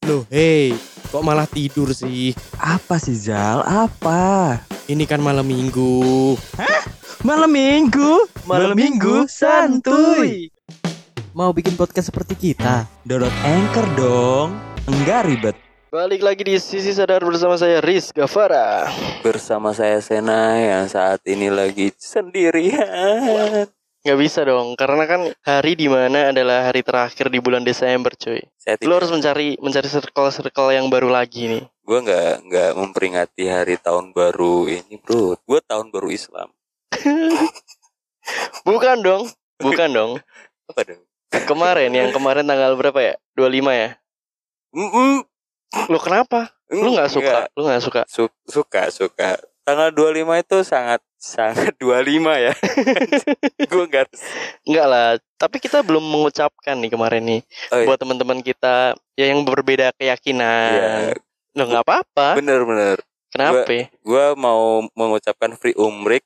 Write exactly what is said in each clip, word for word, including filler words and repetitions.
Loh, hei, kok malah tidur sih? Apa sih Zal? Apa? Ini kan malam minggu. Hah? Malam minggu? Malam minggu santuy. Mau bikin podcast seperti kita? Download Anchor dong. Enggak ribet. Balik lagi di Sisi Sadar bersama saya Riz Gavara. Bersama saya Sena yang saat ini lagi sendirian. Gak bisa dong, karena kan hari dimana adalah hari terakhir di bulan Desember, cuy. Saya Lo harus mencari mencari circle-circle yang baru lagi nih. Gue nggak nggak memperingati hari tahun baru ini, bro. Gue tahun baru Islam. Bukan dong, bukan dong. Apa dong? Kemarin, yang kemarin tanggal berapa ya? dua puluh lima ya? Mm-mm. Lo kenapa? Lo gak suka? Lo gak suka? Su- suka, suka. Tanggal dua puluh lima itu sangat sangat dua puluh lima ya. Gue nggak. Enggak lah, tapi kita belum mengucapkan nih kemarin nih. Oh, iya. Buat teman-teman kita ya yang berbeda keyakinan. Iya. Lo nggak apa-apa. Bener-bener. Kenapa? Gue mau mengucapkan free umrik.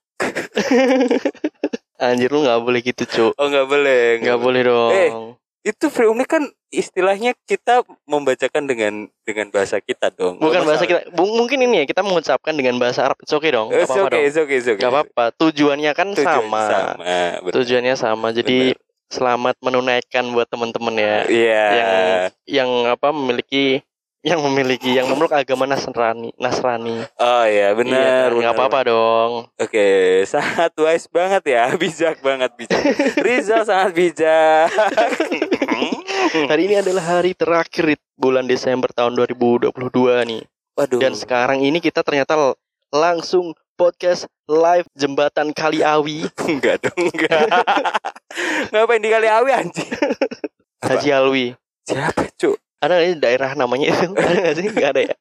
Anjir, lu nggak boleh gitu, Cuk. Oh nggak boleh. Nggak boleh dong. Eh, itu free umrik kan istilahnya kita membacakan dengan dengan bahasa kita dong. Bukan bahasa kita. Bu- mungkin ini ya kita mengucapkan dengan bahasa Arab. It's okay dong. Gak It's apa-apa okay, dong. it's okay, it's okay. Gak apa-apa. Tujuannya kan Tujuan sama. sama bener. Tujuannya sama. Jadi Bener. selamat menunaikan buat teman-teman ya. Iya. Yang yang apa memiliki yang memiliki yang memeluk agama Nasrani, Nasrani. Oh iya benar. Iya, nggak apa-apa dong. Oke, sangat wise banget ya, bijak banget bijak. Rizal sangat bijak. Hari ini adalah hari terakhir di bulan Desember tahun dua ribu dua puluh dua nih. Waduh. Dan sekarang ini kita ternyata l- langsung podcast live Jembatan Kaliawi. enggak dong, enggak. Ngapain di Kaliawi anjing? Haji Alwi. Siapa, Cuk? Ada nggak sih daerah namanya itu? Ada nggak sih? Nggak ada ya.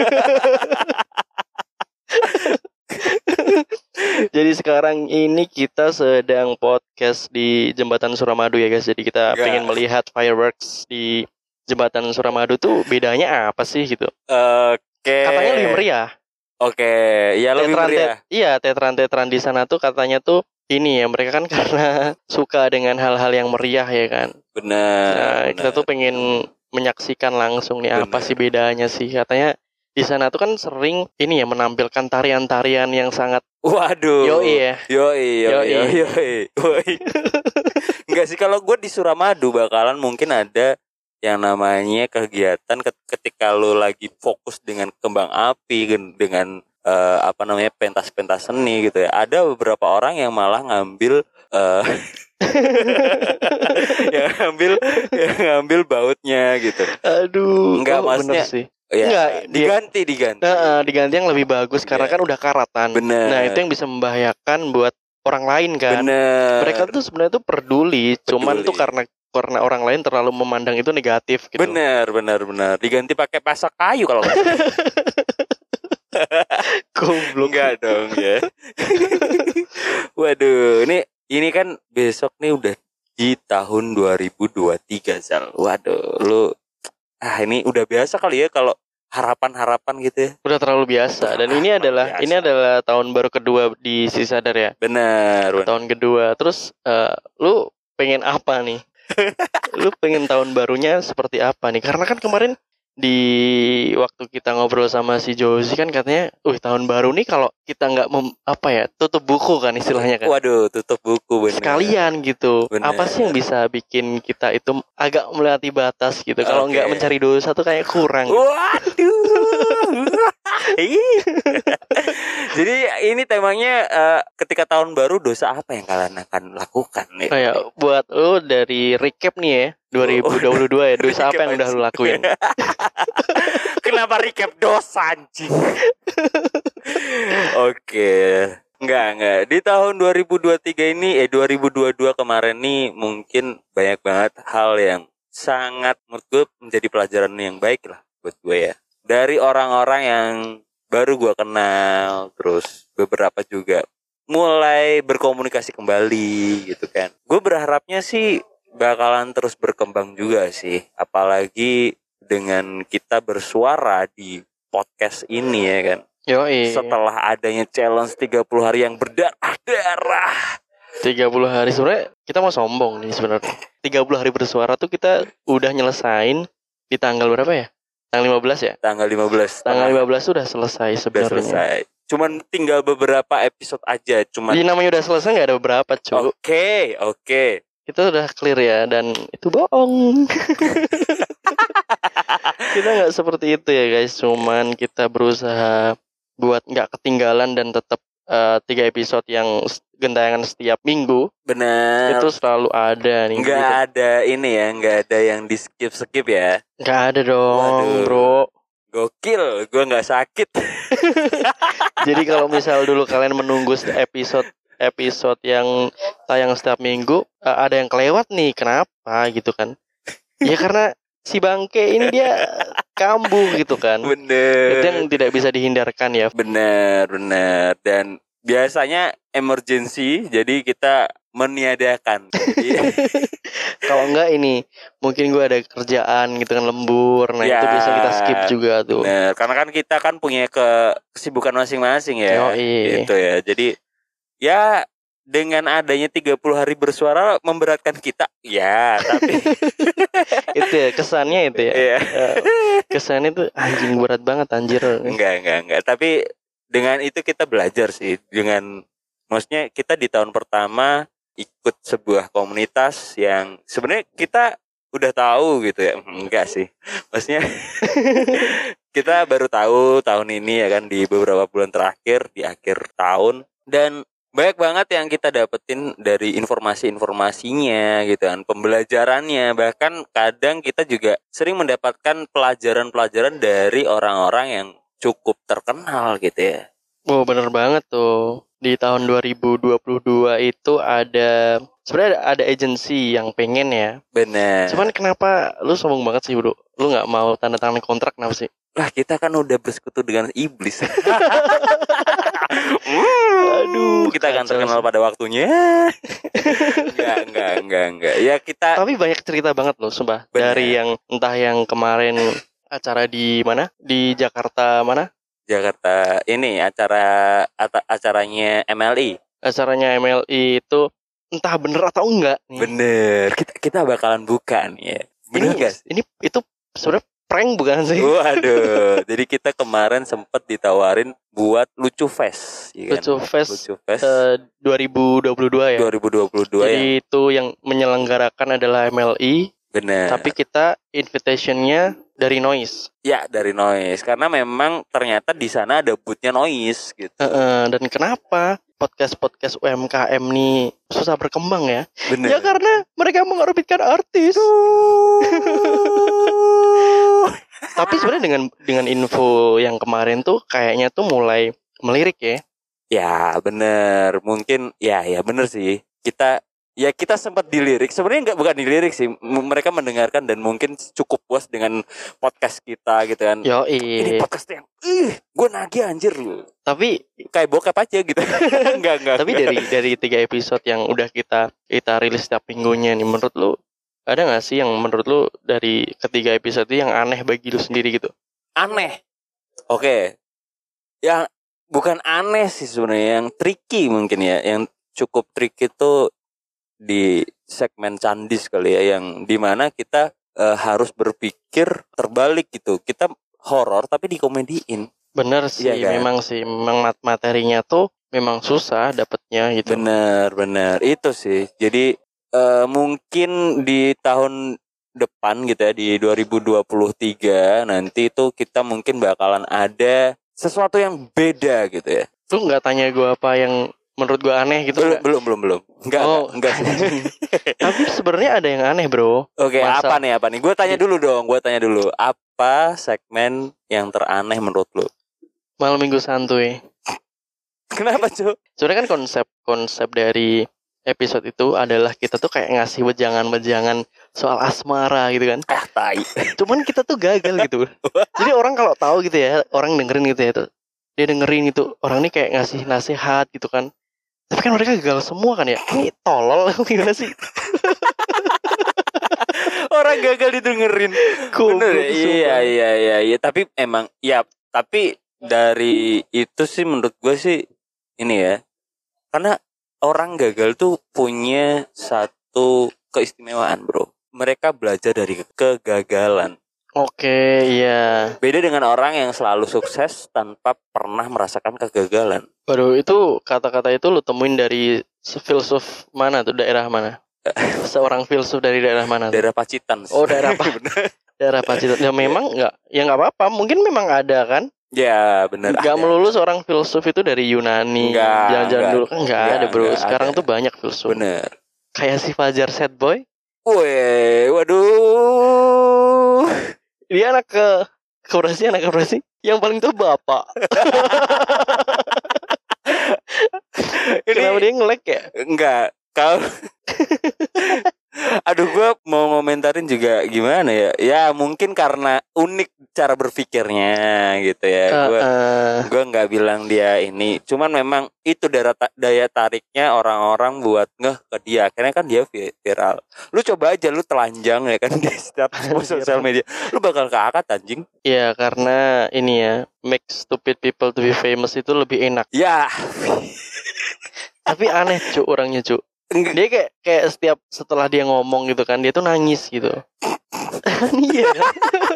Jadi sekarang ini kita sedang podcast di Jembatan Suramadu ya guys. Jadi kita Enggak. pengen melihat fireworks di Jembatan Suramadu tuh bedanya apa sih gitu? Oke. Katanya lebih meriah. Oke, ya lebih Tetran, meriah. tet- iya, tetran-tetran di sana tuh katanya tuh ini ya, mereka kan karena suka dengan hal-hal yang meriah ya kan. Benar. Nah, kita benar. tuh pengen menyaksikan langsung nih apa Benar. sih bedanya sih. Katanya di sana tuh kan sering ini ya menampilkan tarian-tarian yang sangat Waduh. yoi ya. Yoi, yoi, Yoi. yoi, yoi. Enggak sih, kalau gue di Suramadu bakalan mungkin ada yang namanya kegiatan ket- ketika lo lagi fokus dengan kembang api gen- dengan eh, apa namanya pentas-pentas seni gitu ya. Ada beberapa orang yang malah ngambil eh, yang ngambil yang ngambil bautnya gitu. Aduh, Enggak, oh, maksudnya- bener sih. Ya, Enggak, dia- diganti diganti. Nah, diganti yang lebih bagus karena Iya. kan udah karatan. Bener. Nah, itu yang bisa membahayakan buat orang lain kan. Bener. Mereka tuh sebenarnya tuh peduli, cuman Peduli. tuh karena karena orang lain terlalu memandang itu negatif gitu. Bener, bener, bener. Diganti pakai pasak kayu kalau nggak salah. Goblok. Enggak dong ya. Waduh, ini ini kan besok nih udah di tahun dua ribu dua puluh tiga, Zal. Waduh, lu ah ini udah biasa kali ya kalau harapan-harapan gitu ya. Udah terlalu biasa. Dan ini Terlalu adalah biasa. ini adalah tahun baru kedua di Sisi Sadar ya. Bener, bener. Tahun kedua. Terus eh, lu pengen apa nih? Lu pengen tahun barunya seperti apa nih? Karena kan kemarin di waktu kita ngobrol sama si Jozi kan katanya, "Wih, tahun baru nih kalau kita nggak mem- apa ya, tutup buku kan istilahnya kan." Waduh, tutup buku bener. Sekalian gitu. Bener. Apa sih yang bisa bikin kita itu agak melewati batas gitu? Kalau Oke. nggak mencari dosa tuh kayak kurang. Gitu. Waduh. Jadi ini temanya eh, ketika tahun baru dosa apa yang kalian akan lakukan nih? Kayak buat lu dari recap nih ya dua ribu dua puluh dua ya, dosa apa yang udah lu lakuin? Kenapa recap dosa anjing? Oke. Enggak, enggak. Di tahun dua ribu dua puluh tiga ini eh dua ribu dua puluh dua kemarin nih mungkin banyak banget hal yang sangat menurut gue menjadi pelajaran yang baik lah buat gue ya. Dari orang-orang yang baru gue kenal, terus beberapa juga mulai berkomunikasi kembali gitu kan. Gue berharapnya sih bakalan terus berkembang juga sih, apalagi dengan kita bersuara di podcast ini ya kan. Yoi. Setelah adanya challenge tiga puluh hari yang berdarah-darah. tiga puluh hari sebenarnya kita mau sombong nih sebenarnya. tiga puluh hari bersuara tuh kita udah nyelesain di tanggal berapa ya? Tanggal lima belas ya? Tanggal lima belas. Tanggal lima belas sudah selesai Udah sebenarnya. selesai. Cuman tinggal beberapa episode aja. Cuman. Ini namanya udah selesai nggak ada beberapa cu. Oke, okay, oke. Okay. Kita udah clear ya dan itu bohong. Kita nggak seperti itu ya guys. Cuman kita berusaha buat nggak ketinggalan dan tetap uh, tiga episode yang gentayangan setiap minggu. Benar. Itu selalu ada nih. Nggak gitu. ada ini ya, nggak ada yang di skip skip ya. Nggak ada dong, Waduh. bro. Gokil, gue nggak sakit. Jadi kalau misal dulu kalian menunggu episode episode yang tayang setiap minggu, uh, ada yang kelewat nih, kenapa gitu kan? Ya karena si bangke ini dia kambuh gitu kan. Bener. Itu yang tidak bisa dihindarkan ya. Bener, bener. Dan biasanya emergency, jadi kita meniadakan. Kalau enggak ini mungkin gue ada kerjaan gitu kan lembur. Nah Ya, itu bisa kita skip juga tuh. Bener, karena kan kita kan punya ke kesibukan masing-masing ya. Yoi. Gitu ya. Jadi ya dengan adanya tiga puluh hari bersuara memberatkan kita. Ya, tapi Itu ya kesannya itu ya. Iya. Uh, kesannya tuh anjing berat banget anjir. enggak, enggak, enggak. Tapi dengan itu kita belajar sih. Dengan maksudnya kita di tahun pertama ikut sebuah komunitas yang sebenarnya kita udah tahu gitu ya. Enggak sih. Maksudnya kita baru tahu tahun ini ya kan, di beberapa bulan terakhir di akhir tahun, dan banyak banget yang kita dapetin dari informasi-informasinya gitu kan, pembelajarannya. Bahkan kadang kita juga sering mendapatkan pelajaran-pelajaran dari orang-orang yang cukup terkenal gitu ya. Oh bener banget tuh. Di tahun dua ribu dua puluh dua itu ada sebenarnya ada agensi yang pengen ya. Bener. Cuman kenapa lu sombong banget sih bro? Lu nggak mau tanda tangan kontrak kenapa sih? Lah kita kan udah bersekutu dengan iblis. Aduh, kita akan kacau terkenal sih. pada waktunya. Enggak, enggak, enggak, enggak. Ya kita Tapi banyak cerita banget loh, sumpah. Bener. Dari yang entah yang kemarin acara di mana? Di Jakarta mana? Jakarta ini acara ata- acaranya M L I. Acaranya M L I itu entah bener atau enggak nih. Bener. Kita kita bakalan buka nih ya. Bener Ini gak sih? ini itu sebenarnya prank bukan sih? Waduh. Jadi kita kemarin sempat ditawarin buat Lucu Fest, ya kan? Lucu Fest Lucu Fest eh, dua ribu dua puluh dua ya. dua ribu dua puluh dua Jadi yang itu yang menyelenggarakan adalah M L I, bener. tapi kita invitationnya dari Noise. Ya dari Noise, karena memang ternyata di sana ada boothnya Noise gitu. Heeh, dan kenapa podcast-podcast U M K M nih susah berkembang ya? Bener. Ya karena mereka mengorbitkan artis. Tapi sebenarnya dengan dengan info yang kemarin tuh kayaknya tuh mulai melirik ya. Ya bener, mungkin ya ya bener sih. Kita ya kita sempat dilirik. Sebenarnya nggak bukan dilirik sih. M- Mereka mendengarkan dan mungkin cukup puas dengan podcast kita gitu kan. Yo Ini podcast yang, ih, gue nagih anjir lu. Tapi Kayak bokep aja gitu. Enggak enggak. tapi dari dari tiga episode yang udah kita kita rilis setiap minggunya nih, menurut lu ada nggak sih yang menurut lu dari ketiga episode itu yang aneh bagi lu sendiri gitu? Aneh. Oke. Yang bukan aneh sih sebenarnya, yang tricky mungkin ya, yang cukup tricky itu di segmen Candis kali ya, yang dimana kita eh, harus berpikir terbalik gitu. Kita horor tapi dikomediin. Bener sih, Iya kan? memang sih, memang mat- materinya tuh memang susah dapetnya gitu. Bener bener itu sih. Jadi eh, mungkin di tahun depan gitu ya, di dua ribu dua puluh tiga nanti itu kita mungkin bakalan ada sesuatu yang beda gitu ya. Lu nggak tanya gue apa yang menurut gue aneh gitu Belum nggak? belum belum belum. Enggak Oh. enggak, enggak sih. Tapi sebenarnya ada yang aneh bro. Oke, Masa- apa nih apa nih? Gue tanya dulu dong, gue tanya dulu. Apa segmen yang teraneh menurut lu? Malam minggu santuy. Kenapa, Cuk? Sebenarnya kan konsep konsep dari episode itu adalah kita tuh kayak ngasih wejangan-wejangan soal asmara gitu kan. Ah, tai. Cuman kita tuh gagal gitu. Jadi orang kalau tahu gitu ya, orang dengerin gitu ya, tuh dia dengerin itu orang ini kayak ngasih nasihat gitu kan. Tapi kan mereka gagal semua kan ya. Ini tolol gimana sih? Orang gagal didengerin. Goblok, Bener ya? Iya sumpah. iya iya iya. Tapi emang ya, tapi dari itu sih menurut gue sih ini ya. Karena orang gagal tuh punya satu keistimewaan, bro. Mereka belajar dari kegagalan. Oke, iya. Beda dengan orang yang selalu sukses tanpa pernah merasakan kegagalan. Waduh, itu kata-kata itu lu temuin dari filsuf mana tuh, daerah mana? Seorang filsuf dari daerah mana tuh? Daerah Pacitan. Oh, daerah apa? Daerah Pacitan. Ya memang nggak, ya nggak apa-apa. Mungkin memang ada kan? Ya benar. Nggak melulu seorang filsuf itu dari Yunani. Enggak, Jangan-jangan enggak. dulu kan nggak Enggak, ada bro. enggak Sekarang ada. tuh banyak filsuf. Bener. Kayak si Fajar Sad Boy. Weh, waduh. Dia anak ke koperasi, anak koperasi. Yang paling tua bapak. Ini Kenapa dia nge-lag ya? enggak. Kau Aduh, gue mau ngomentarin juga gimana ya? Ya mungkin karena unik cara berpikirnya gitu ya. Gue Uh, uh, gue nggak bilang dia ini, cuman memang itu daya, ta- daya tariknya orang-orang buat ngeh ke dia. Akhirnya kan dia vi- viral. Lu coba aja lu telanjang ya kan di setiap semua sosial media, lu bakal keangkat anjing. ya karena ini ya, make stupid people to be famous itu lebih enak. Ya, Tapi aneh cu orangnya cu. enggak. Dia kayak kayak setiap setelah dia ngomong gitu kan, dia tuh nangis gitu. Iya kan?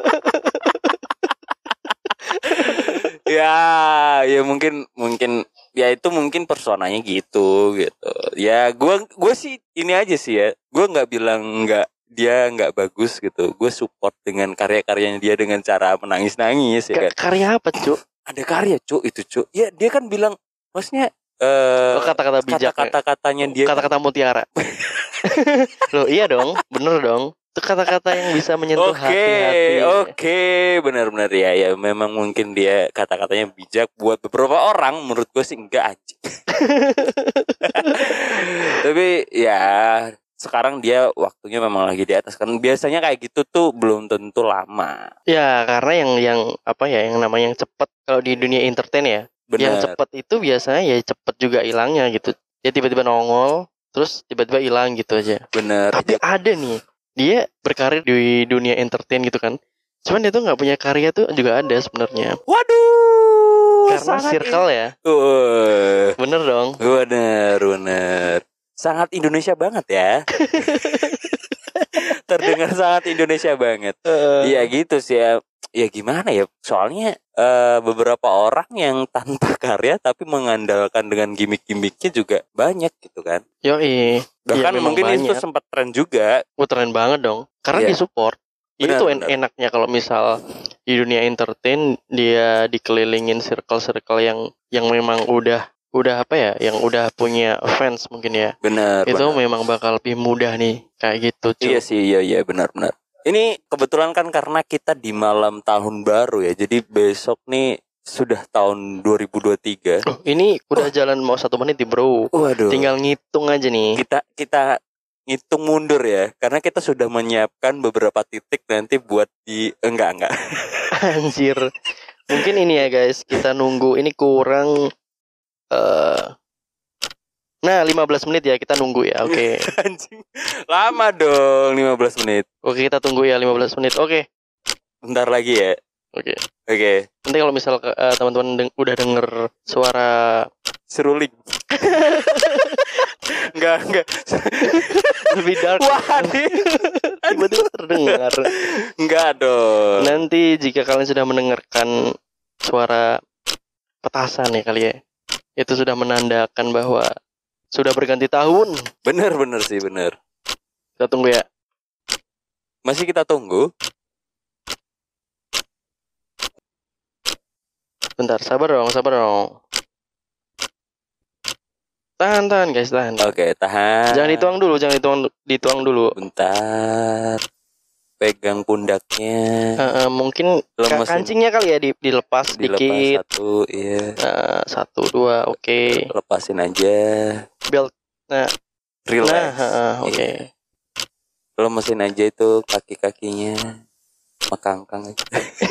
Ya, ya mungkin mungkin ya itu mungkin personanya gitu gitu. Ya, gua gue sih ini aja sih ya. Gue nggak bilang nggak dia nggak bagus gitu. Gue support dengan karya-karyanya dia dengan cara menangis-nangis ya kan. Ka- Karya apa cu? Ada karya cu itu cu. Ya dia kan bilang, maksudnya eh Oh, kata-kata bijak. kata-kata-katanya dia kan- Kata-kata mutiara. Loh iya dong, bener dong. Itu kata-kata yang bisa menyentuh Oke, hati-hati. oke, benar-benar ya, ya memang mungkin dia kata-katanya bijak buat beberapa orang, menurut gue sih enggak aja. Tapi ya sekarang dia waktunya memang lagi di atas kan. Biasanya kayak gitu tuh belum tentu lama. Ya karena yang yang apa ya, yang namanya yang cepet kalau di dunia entertain ya. Yang Benar. cepet itu biasanya ya cepet juga hilangnya gitu. Dia tiba-tiba nongol, terus tiba-tiba hilang gitu aja. Bener. Tapi ada nih, dia berkarir di dunia entertain gitu kan. Cuman dia tuh nggak punya karya tuh juga ada sebenarnya. Waduh. Karena sangat circle ya. Uh, Bener dong. bener, bener. Sangat Indonesia banget ya. Terdengar sangat Indonesia banget. Iya gitu sih ya. Ya gimana ya? Soalnya eh, beberapa orang yang tanpa karya tapi mengandalkan dengan gimmick-gimmicknya juga banyak gitu kan. Yoi. Bahkan Iya, memang mungkin itu banyak. sempat tren juga. Oh, keren banget dong. Karena Iya. disupport. Benar, Itu en- benar. enaknya kalau misal di dunia entertain dia dikelilingin circle-circle yang yang memang udah udah apa ya, yang udah punya fans mungkin ya. Benar. Itu benar. memang bakal lebih mudah nih kayak gitu. Cu. Iya sih, iya iya benar-benar. Ini kebetulan kan karena kita di malam tahun baru ya. Jadi besok nih sudah tahun dua ribu dua puluh tiga. Oh, ini udah jalan mau satu menit nih bro. Waduh. Tinggal ngitung aja nih. kita kita ngitung mundur ya, karena kita sudah menyiapkan beberapa titik nanti buat di enggak enggak. Anjir. Mungkin ini ya guys, kita nunggu ini kurang eh nah lima belas menit ya, kita nunggu ya. Oke. Anjing. Lama dong lima belas menit. Oke, kita tunggu ya lima belas menit. Oke. Bentar lagi ya. Oke. Oke. Nanti kalau misal eh, teman-teman deng- udah denger suara Seruling. Enggak enggak. lebih dark, Wah, nih. tiba-tiba terdengar. Enggak dong. Nanti jika kalian sudah mendengarkan suara petasan ya kali ya, itu sudah menandakan bahwa sudah berganti tahun. Bener bener sih bener. Kita tunggu ya. Masih kita tunggu. Bentar, sabar dong, sabar dong. Tahan, tahan guys, tahan. Oke, tahan. Jangan dituang dulu, jangan dituang, dituang dulu. Bentar. Pegang pundaknya. Eh, eh, mungkin ka- Lemesin. kancingnya kali ya di- dilepas Dilepas sedikit. satu, iya. Eh, satu, dua, oke. Lepasin aja. Belt. Nah, Relax. nah, eh, eh, oke. Iya. Lemesin aja itu kaki-kakinya. Makangkang aja.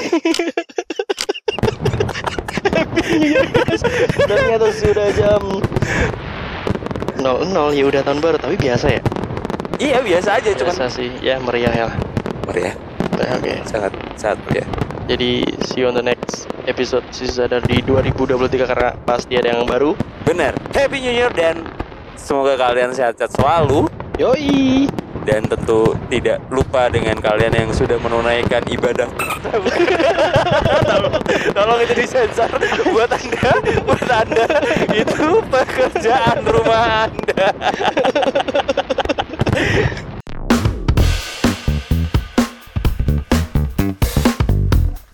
Ternyata sudah jam nol nol ya, udah tahun baru tapi biasa ya. Iya biasa aja, cuman Biasa sih, ya meriah ya. meriah. Oke, oke. Sangat sangat meriah. Jadi see you on the next episode Sisi Sadar di dua ribu dua puluh tiga karena pasti ada yang baru. Bener. Happy New Year dan semoga kalian sehat-sehat selalu. Yoi. Dan tentu tidak lupa dengan kalian yang sudah menunaikan ibadah. tolong, tolong itu disensor buat anda, buat anda itu pekerjaan rumah anda.